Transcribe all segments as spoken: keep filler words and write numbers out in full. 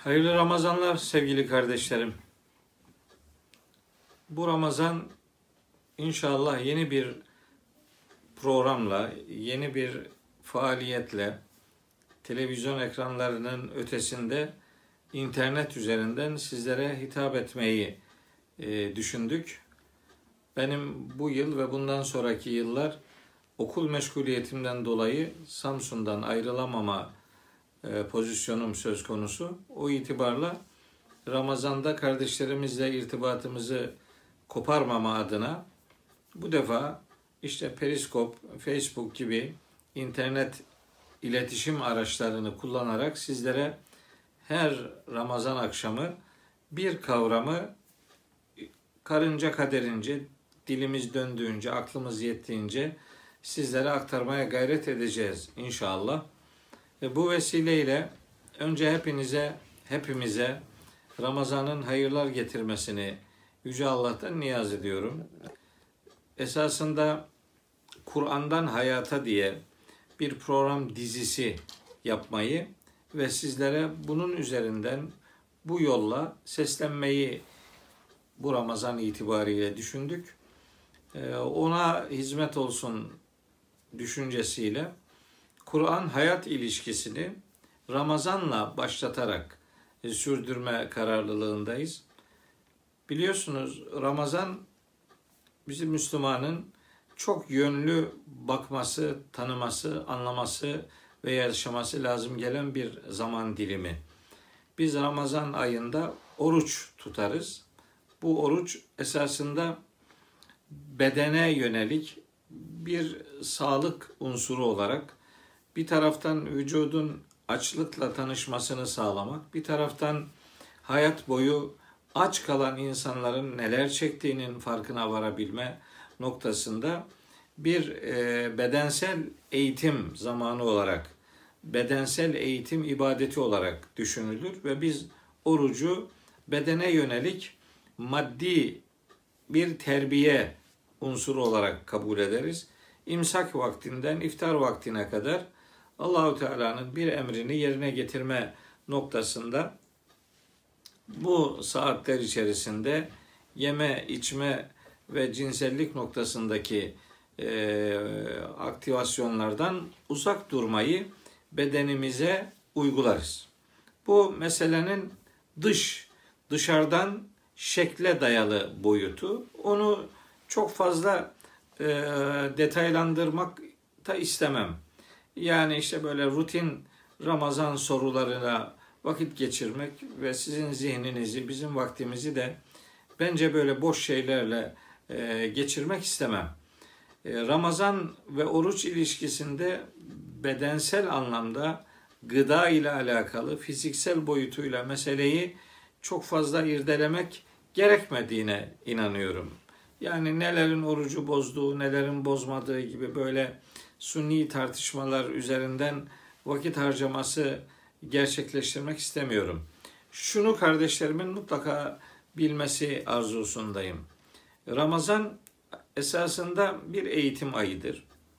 Hayırlı Ramazanlar sevgili kardeşlerim. Bu Ramazan inşallah yeni bir programla, yeni bir faaliyetle, televizyon ekranlarının ötesinde internet üzerinden sizlere hitap etmeyi e, düşündük. Benim bu yıl ve bundan sonraki yıllar okul meşguliyetimden dolayı Samsun'dan ayrılamama e, pozisyonum söz konusu. O itibarla Ramazan'da kardeşlerimizle irtibatımızı koparmama adına bu defa işte Periskop, Facebook gibi internet iletişim araçlarını kullanarak sizlere her Ramazan akşamı bir kavramı karınca kaderince, dilimiz döndüğünce, aklımız yettiğince sizlere aktarmaya gayret edeceğiz inşallah. Ve bu vesileyle önce hepinize, hepimize Ramazan'ın hayırlar getirmesini Yüce Allah'tan niyaz ediyorum. Esasında Kur'an'dan Hayata diye bir program dizisi yapmayı ve sizlere bunun üzerinden bu yolla seslenmeyi bu Ramazan itibariyle düşündük. Ona hizmet olsun düşüncesiyle Kur'an hayat ilişkisini Ramazan'la başlatarak sürdürme kararlılığındayız. Biliyorsunuz Ramazan bizim Müslümanın çok yönlü bakması, tanıması, anlaması ve yaşaması lazım gelen bir zaman dilimi. Biz Ramazan ayında oruç tutarız. Bu oruç esasında bedene yönelik bir sağlık unsuru olarak bir taraftan vücudun açlıkla tanışmasını sağlamak, bir taraftan hayat boyu aç kalan insanların neler çektiğinin farkına varabilme noktasında bir e, bedensel eğitim zamanı olarak, bedensel eğitim ibadeti olarak düşünülür ve biz orucu bedene yönelik maddi bir terbiye unsuru olarak kabul ederiz. İmsak vaktinden iftar vaktine kadar Allah-u Teala'nın bir emrini yerine getirme noktasında bu saatler içerisinde yeme, içme ve cinsellik noktasındaki e, aktivasyonlardan uzak durmayı bedenimize uygularız. Bu meselenin dış, dışarıdan şekle dayalı boyutu. Onu çok fazla e, detaylandırmak da istemem. Yani işte böyle rutin Ramazan sorularına vakit geçirmek ve sizin zihninizi, bizim vaktimizi de bence böyle boş şeylerle e, geçirmek istemem. E, Ramazan ve oruç ilişkisinde bedensel anlamda gıda ile alakalı fiziksel boyutuyla meseleyi çok fazla irdelemek gerekmediğine inanıyorum. Yani nelerin orucu bozduğu, nelerin bozmadığı gibi böyle suni tartışmalar üzerinden vakit harcaması gerçekleştirmek istemiyorum. Şunu kardeşlerimin mutlaka bilmesi arzusundayım. Ramazan esasında bir eğitim ayıdır.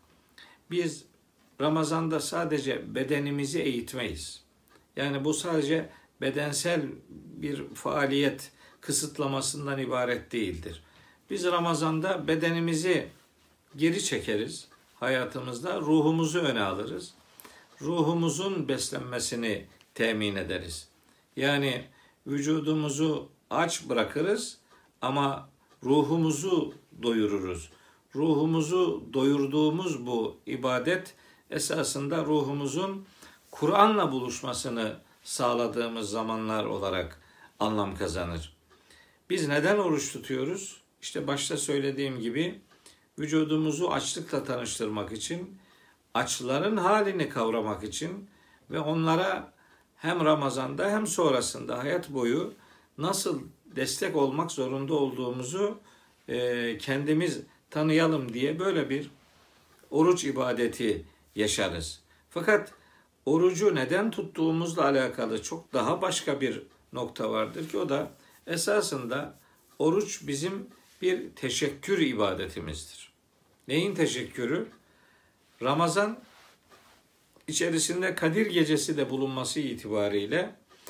Biz Ramazan'da sadece bedenimizi eğitmeyiz. Yani bu sadece bedensel bir faaliyet kısıtlamasından ibaret değildir. Biz Ramazan'da bedenimizi geri çekeriz hayatımızda, ruhumuzu öne alırız. Ruhumuzun beslenmesini temin ederiz. Yani vücudumuzu aç bırakırız ama ruhumuzu doyururuz. Ruhumuzu doyurduğumuz bu ibadet esasında ruhumuzun Kur'an'la buluşmasını sağladığımız zamanlar olarak anlam kazanır. Biz neden oruç tutuyoruz? İşte başta söylediğim gibi vücudumuzu açlıkla tanıştırmak için, açların halini kavramak için ve onlara hem Ramazan'da hem sonrasında hayat boyu nasıl destek olmak zorunda olduğumuzu e, kendimiz tanıyalım diye böyle bir oruç ibadeti yaşarız. Fakat orucu neden tuttuğumuzla alakalı çok daha başka bir nokta vardır ki o da esasında oruç bizim bir teşekkür ibadetimizdir. Neyin teşekkürü? Ramazan içerisinde Kadir Gecesi de bulunması itibariyle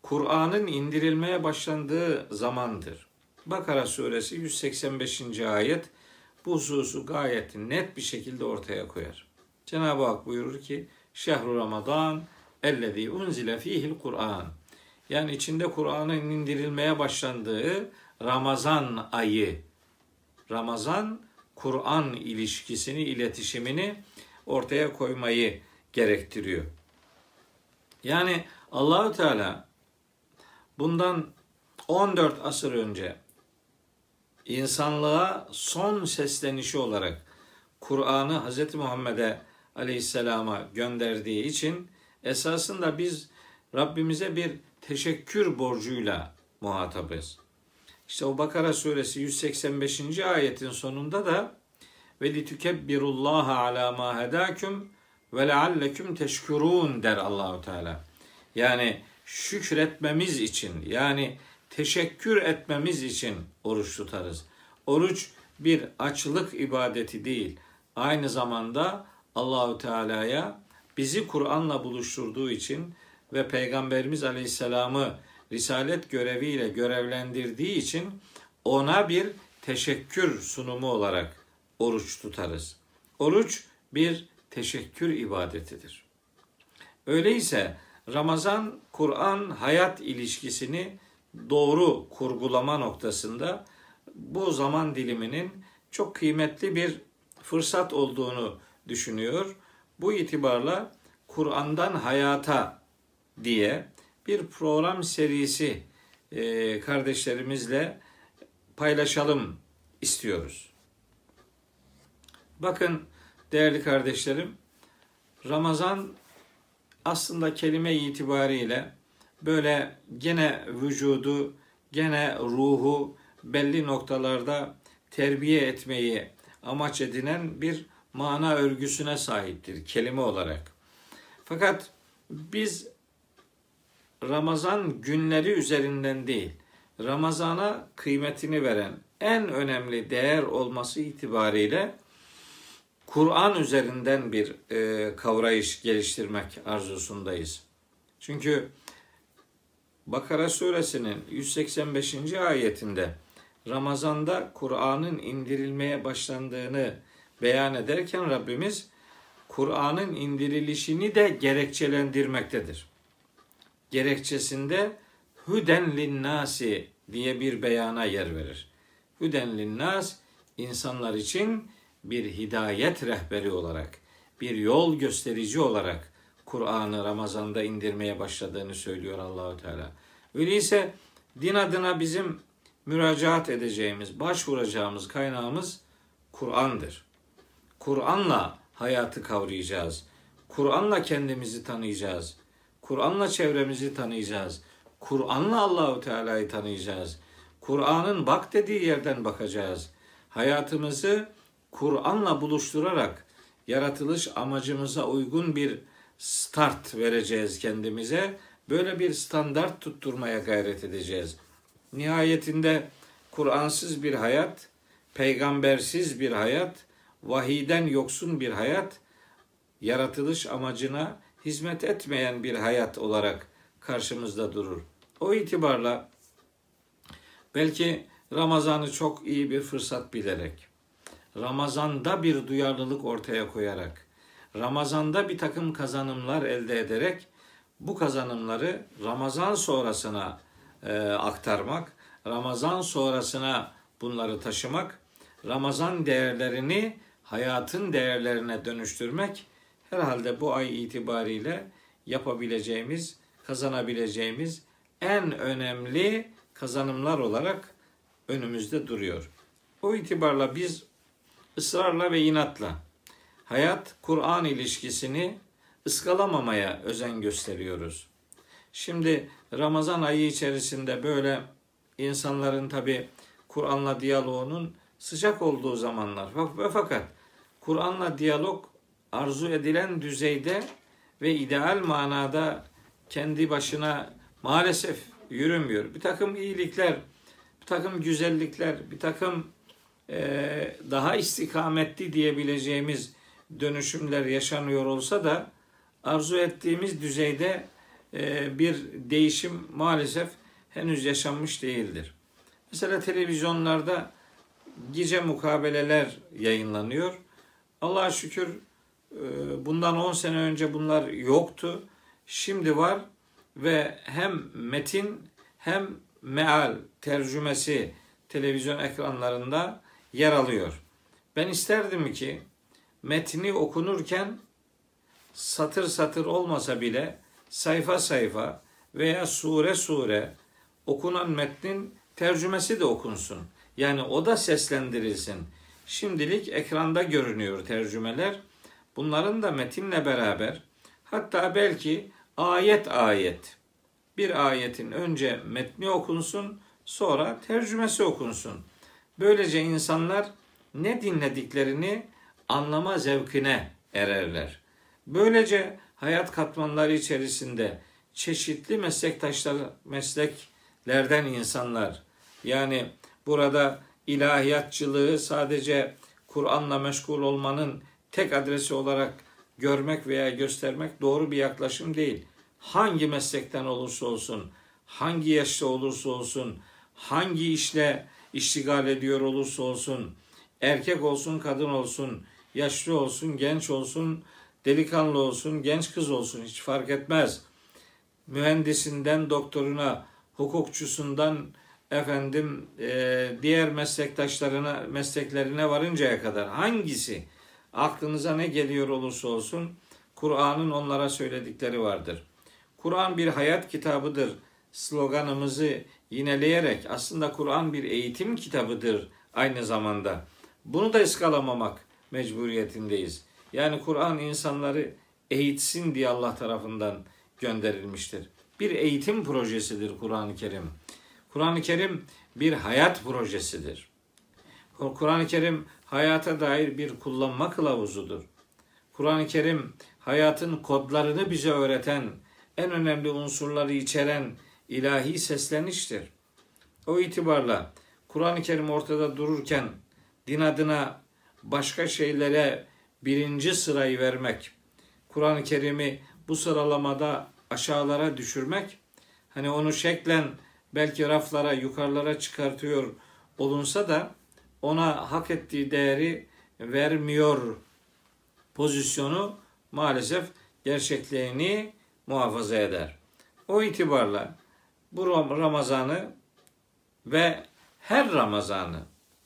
Kur'an'ın indirilmeye başlandığı zamandır. Bakara suresi yüz seksen beşinci ayet bu hususu gayet net bir şekilde ortaya koyar. Cenab-ı Hak buyurur ki Şehru Ramazan ellezî unzile fîhil Kur'an. Yani içinde Kur'an'ın indirilmeye başlandığı Ramazan ayı. Ramazan Kur'an ilişkisini, iletişimini ortaya koymayı gerektiriyor. Yani Allahü Teala bundan on dört asır önce insanlığa son seslenişi olarak Kur'an'ı Hz. Muhammed'e Aleyhisselam'a gönderdiği için esasında biz Rabbimize bir teşekkür borcuyla muhatabız. İşte o Bakara suresi yüz seksen beşinci ayetin sonunda da ve litükebbirullaha ala ma hedâküm ve lealleküm teşkurûn der Allahu Teala. Yani şükretmemiz için, yani teşekkür etmemiz için oruç tutarız. Oruç bir açlık ibadeti değil. Aynı zamanda Allahu Teala'ya bizi Kur'an'la buluşturduğu için ve Peygamberimiz Aleyhisselam'ı risalet göreviyle görevlendirdiği için ona bir teşekkür sunumu olarak oruç tutarız. Oruç bir teşekkür ibadetidir. Öyleyse Ramazan, Kur'an, hayat ilişkisini doğru kurgulama noktasında bu zaman diliminin çok kıymetli bir fırsat olduğunu düşünüyor. Bu itibarla Kur'an'dan hayata diye bir program serisi e, kardeşlerimizle paylaşalım istiyoruz. Bakın değerli kardeşlerim, Ramazan aslında kelime itibariyle böyle gene vücudu, gene ruhu belli noktalarda terbiye etmeyi amaç edinen bir mana örgüsüne sahiptir kelime olarak. Fakat biz Ramazan günleri üzerinden değil, Ramazan'a kıymetini veren en önemli değer olması itibariyle Kur'an üzerinden bir e, kavrayış geliştirmek arzusundayız. Çünkü Bakara suresinin yüz seksen beşinci ayetinde Ramazan'da Kur'an'ın indirilmeye başlandığını beyan ederken Rabbimiz Kur'an'ın indirilişini de gerekçelendirmektedir. Gerekçesinde hüden linnâsi diye bir beyana yer verir. Hüden linnâs insanlar için bir hidayet rehberi olarak, bir yol gösterici olarak Kur'an'ı Ramazan'da indirmeye başladığını söylüyor Allahu Teala. Öyleyse din adına bizim müracaat edeceğimiz, başvuracağımız kaynağımız Kur'an'dır. Kur'an'la hayatı kavrayacağız. Kur'an'la kendimizi tanıyacağız. Kur'an'la çevremizi tanıyacağız. Kur'an'la Allahu Teala'yı tanıyacağız. Kur'an'ın bak dediği yerden bakacağız. Hayatımızı Kur'an'la buluşturarak yaratılış amacımıza uygun bir start vereceğiz kendimize. Böyle bir standart tutturmaya gayret edeceğiz. Nihayetinde Kur'ansız bir hayat, peygambersiz bir hayat, vahiyden yoksun bir hayat, yaratılış amacına hizmet etmeyen bir hayat olarak karşımızda durur. O itibarla belki Ramazan'ı çok iyi bir fırsat bilerek, Ramazan'da bir duyarlılık ortaya koyarak, Ramazan'da bir takım kazanımlar elde ederek bu kazanımları Ramazan sonrasına e, aktarmak, Ramazan sonrasına bunları taşımak, Ramazan değerlerini hayatın değerlerine dönüştürmek herhalde bu ay itibariyle yapabileceğimiz, kazanabileceğimiz en önemli kazanımlar olarak önümüzde duruyor. O itibarla biz ısrarla ve inatla hayat Kur'an ilişkisini ıskalamamaya özen gösteriyoruz. Şimdi Ramazan ayı içerisinde böyle insanların tabi Kur'an'la diyaloğunun sıcak olduğu zamanlar ve fakat Kur'an'la diyalog arzu edilen düzeyde ve ideal manada kendi başına maalesef yürümüyor. Bir takım iyilikler, bir takım güzellikler, bir takım e, daha istikametli diyebileceğimiz dönüşümler yaşanıyor olsa da arzu ettiğimiz düzeyde e, bir değişim maalesef henüz yaşanmış değildir. Mesela televizyonlarda gece mukabeleler yayınlanıyor. Allah'a şükür bundan on sene önce bunlar yoktu. Şimdi var ve hem metin hem meal tercümesi televizyon ekranlarında yer alıyor. Ben isterdim ki metni okunurken satır satır olmasa bile sayfa sayfa veya sure sure okunan metnin tercümesi de okunsun. Yani o da seslendirilsin. Şimdilik ekranda görünüyor tercümeler. Bunların da metinle beraber, hatta belki ayet ayet, bir ayetin önce metni okunsun, sonra tercümesi okunsun. Böylece insanlar ne dinlediklerini anlama zevkine ererler. Böylece hayat katmanları içerisinde çeşitli meslektaşlar, mesleklerden insanlar, yani burada ilahiyatçılığı sadece Kur'an'la meşgul olmanın tek adresi olarak görmek veya göstermek doğru bir yaklaşım değil. Hangi meslekten olursa olsun, hangi yaşta olursa olsun, hangi işle iştigal ediyor olursa olsun, erkek olsun, kadın olsun, yaşlı olsun, genç olsun, delikanlı olsun, genç kız olsun, hiç fark etmez. Mühendisinden doktoruna, hukukçusundan efendim diğer meslektaşlarına, mesleklerine varıncaya kadar hangisi aklınıza ne geliyor olursa olsun Kur'an'ın onlara söyledikleri vardır. Kur'an bir hayat kitabıdır sloganımızı yineleyerek aslında Kur'an bir eğitim kitabıdır aynı zamanda. Bunu da ıskalamamak mecburiyetindeyiz. Yani Kur'an insanları eğitsin diye Allah tarafından gönderilmiştir. Bir eğitim projesidir Kur'an-ı Kerim. Kur'an-ı Kerim bir hayat projesidir. Kur'an-ı Kerim hayata dair bir kullanma kılavuzudur. Kur'an-ı Kerim hayatın kodlarını bize öğreten, en önemli unsurları içeren ilahi sesleniştir. O itibarla Kur'an-ı Kerim ortada dururken din adına başka şeylere birinci sırayı vermek, Kur'an-ı Kerim'i bu sıralamada aşağılara düşürmek, hani onu şeklen belki raflara, yukarılara çıkartıyor olunsa da ona hak ettiği değeri vermiyor pozisyonu maalesef gerçekliğini muhafaza eder. O itibarla bu Ramazan'ı ve her Ramazan'ı,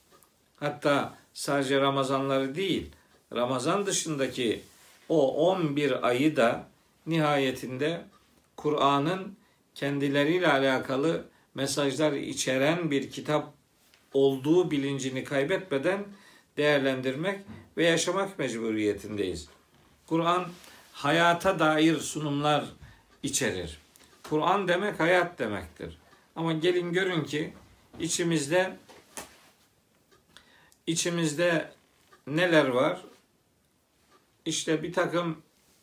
hatta sadece Ramazanları değil, Ramazan dışındaki o on bir ayı da nihayetinde Kur'an'ın kendileriyle alakalı mesajlar içeren bir kitap olduğu bilincini kaybetmeden değerlendirmek ve yaşamak mecburiyetindeyiz. Kur'an hayata dair sunumlar içerir. Kur'an demek hayat demektir. Ama gelin görün ki içimizde içimizde neler var? İşte bir takım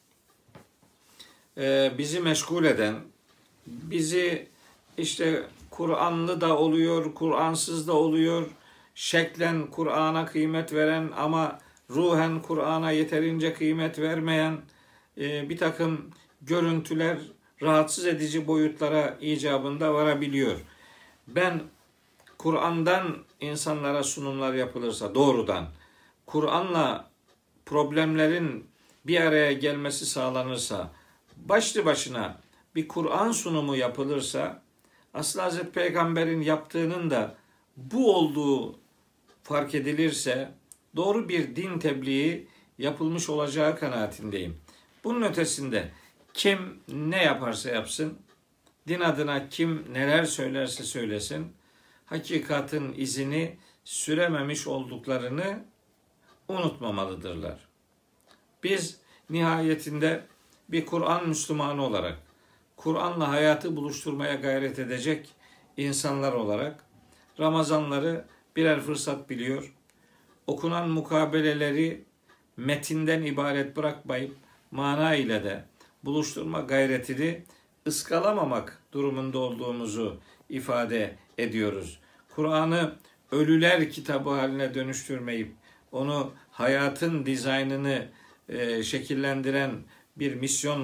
e, bizi meşgul eden, bizi işte Kur'anlı da oluyor, Kur'ansız da oluyor, şeklen Kur'an'a kıymet veren ama ruhen Kur'an'a yeterince kıymet vermeyen e, bir takım görüntüler rahatsız edici boyutlara icabında varabiliyor. Ben Kur'an'dan insanlara sunumlar yapılırsa doğrudan, Kur'an'la problemlerin bir araya gelmesi sağlanırsa, başlı başına bir Kur'an sunumu yapılırsa, aslında Hazreti Peygamber'in yaptığının da bu olduğu fark edilirse, doğru bir din tebliği yapılmış olacağı kanaatindeyim. Bunun ötesinde kim ne yaparsa yapsın, din adına kim neler söylerse söylesin, hakikatin izini sürememiş olduklarını unutmamalıdırlar. Biz nihayetinde bir Kur'an Müslümanı olarak, Kur'an'la hayatı buluşturmaya gayret edecek insanlar olarak Ramazanları birer fırsat biliyor. Okunan mukabeleleri metinden ibaret bırakmayıp mana ile de buluşturma gayretini ıskalamamak durumunda olduğumuzu ifade ediyoruz. Kur'an'ı ölüler kitabı haline dönüştürmeyip onu hayatın dizaynını e, şekillendiren bir misyonla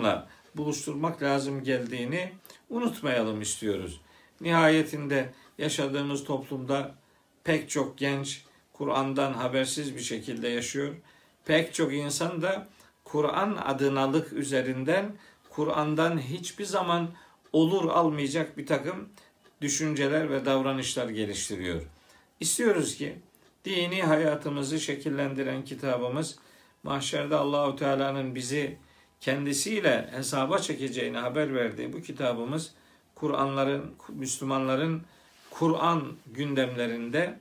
buluşturmak lazım geldiğini unutmayalım istiyoruz. Nihayetinde yaşadığımız toplumda pek çok genç Kur'an'dan habersiz bir şekilde yaşıyor. Pek çok insan da Kur'an adınalık üzerinden Kur'an'dan hiçbir zaman olur almayacak bir takım düşünceler ve davranışlar geliştiriyor. İstiyoruz ki dini hayatımızı şekillendiren kitabımız, mahşerde Allahu Teala'nın bizi kendisiyle hesaba çekeceğini haber verdiği bu kitabımız, Kur'anların, Müslümanların Kur'an gündemlerinde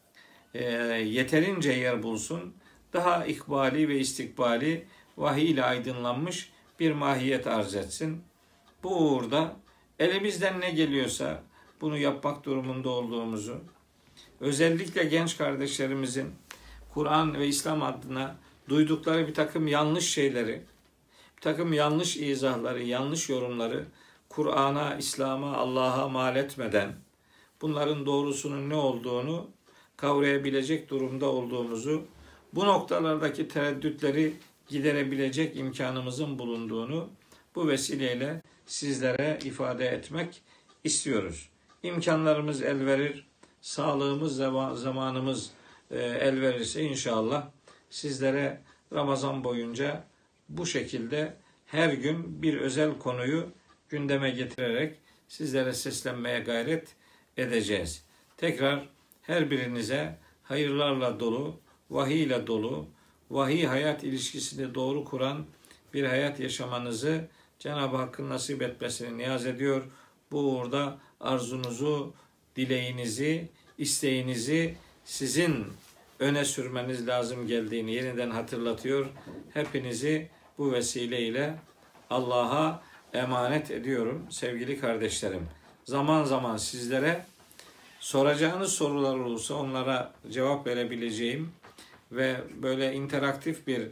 e, yeterince yer bulsun. Daha ikbali ve istikbali vahiy ile aydınlanmış bir mahiyet arz etsin. Bu uğurda elimizden ne geliyorsa bunu yapmak durumunda olduğumuzu, özellikle genç kardeşlerimizin Kur'an ve İslam adına duydukları bir takım yanlış şeyleri, bir takım yanlış izahları, yanlış yorumları Kur'an'a, İslam'a, Allah'a mal etmeden bunların doğrusunun ne olduğunu kavrayabilecek durumda olduğumuzu, bu noktalardaki tereddütleri giderebilecek imkanımızın bulunduğunu bu vesileyle sizlere ifade etmek istiyoruz. İmkanlarımız el verir, sağlığımız, zamanımız el verirse inşallah sizlere Ramazan boyunca bu şekilde her gün bir özel konuyu gündeme getirerek sizlere seslenmeye gayret edeceğiz. Tekrar her birinize hayırlarla dolu, vahiy ile dolu, vahiy hayat ilişkisini doğru kuran bir hayat yaşamanızı Cenab-ı Hakk'ın nasip etmesini niyaz ediyor. Bu uğurda arzunuzu, dileğinizi, isteğinizi sizin öne sürmeniz lazım geldiğini yeniden hatırlatıyor. Hepinizi bu vesileyle Allah'a emanet ediyorum sevgili kardeşlerim. Zaman zaman sizlere soracağınız sorular olursa onlara cevap verebileceğim ve böyle interaktif bir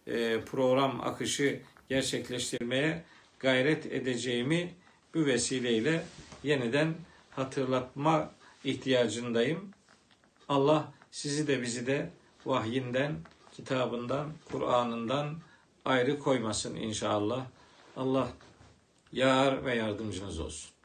program akışı gerçekleştirmeye gayret edeceğimi bu vesileyle yeniden hatırlatma ihtiyacındayım. Allah sizi de bizi de vahyinden, kitabından, Kur'an'ından ayrı koymasın inşallah. Allah yar ve yardımcınız olsun.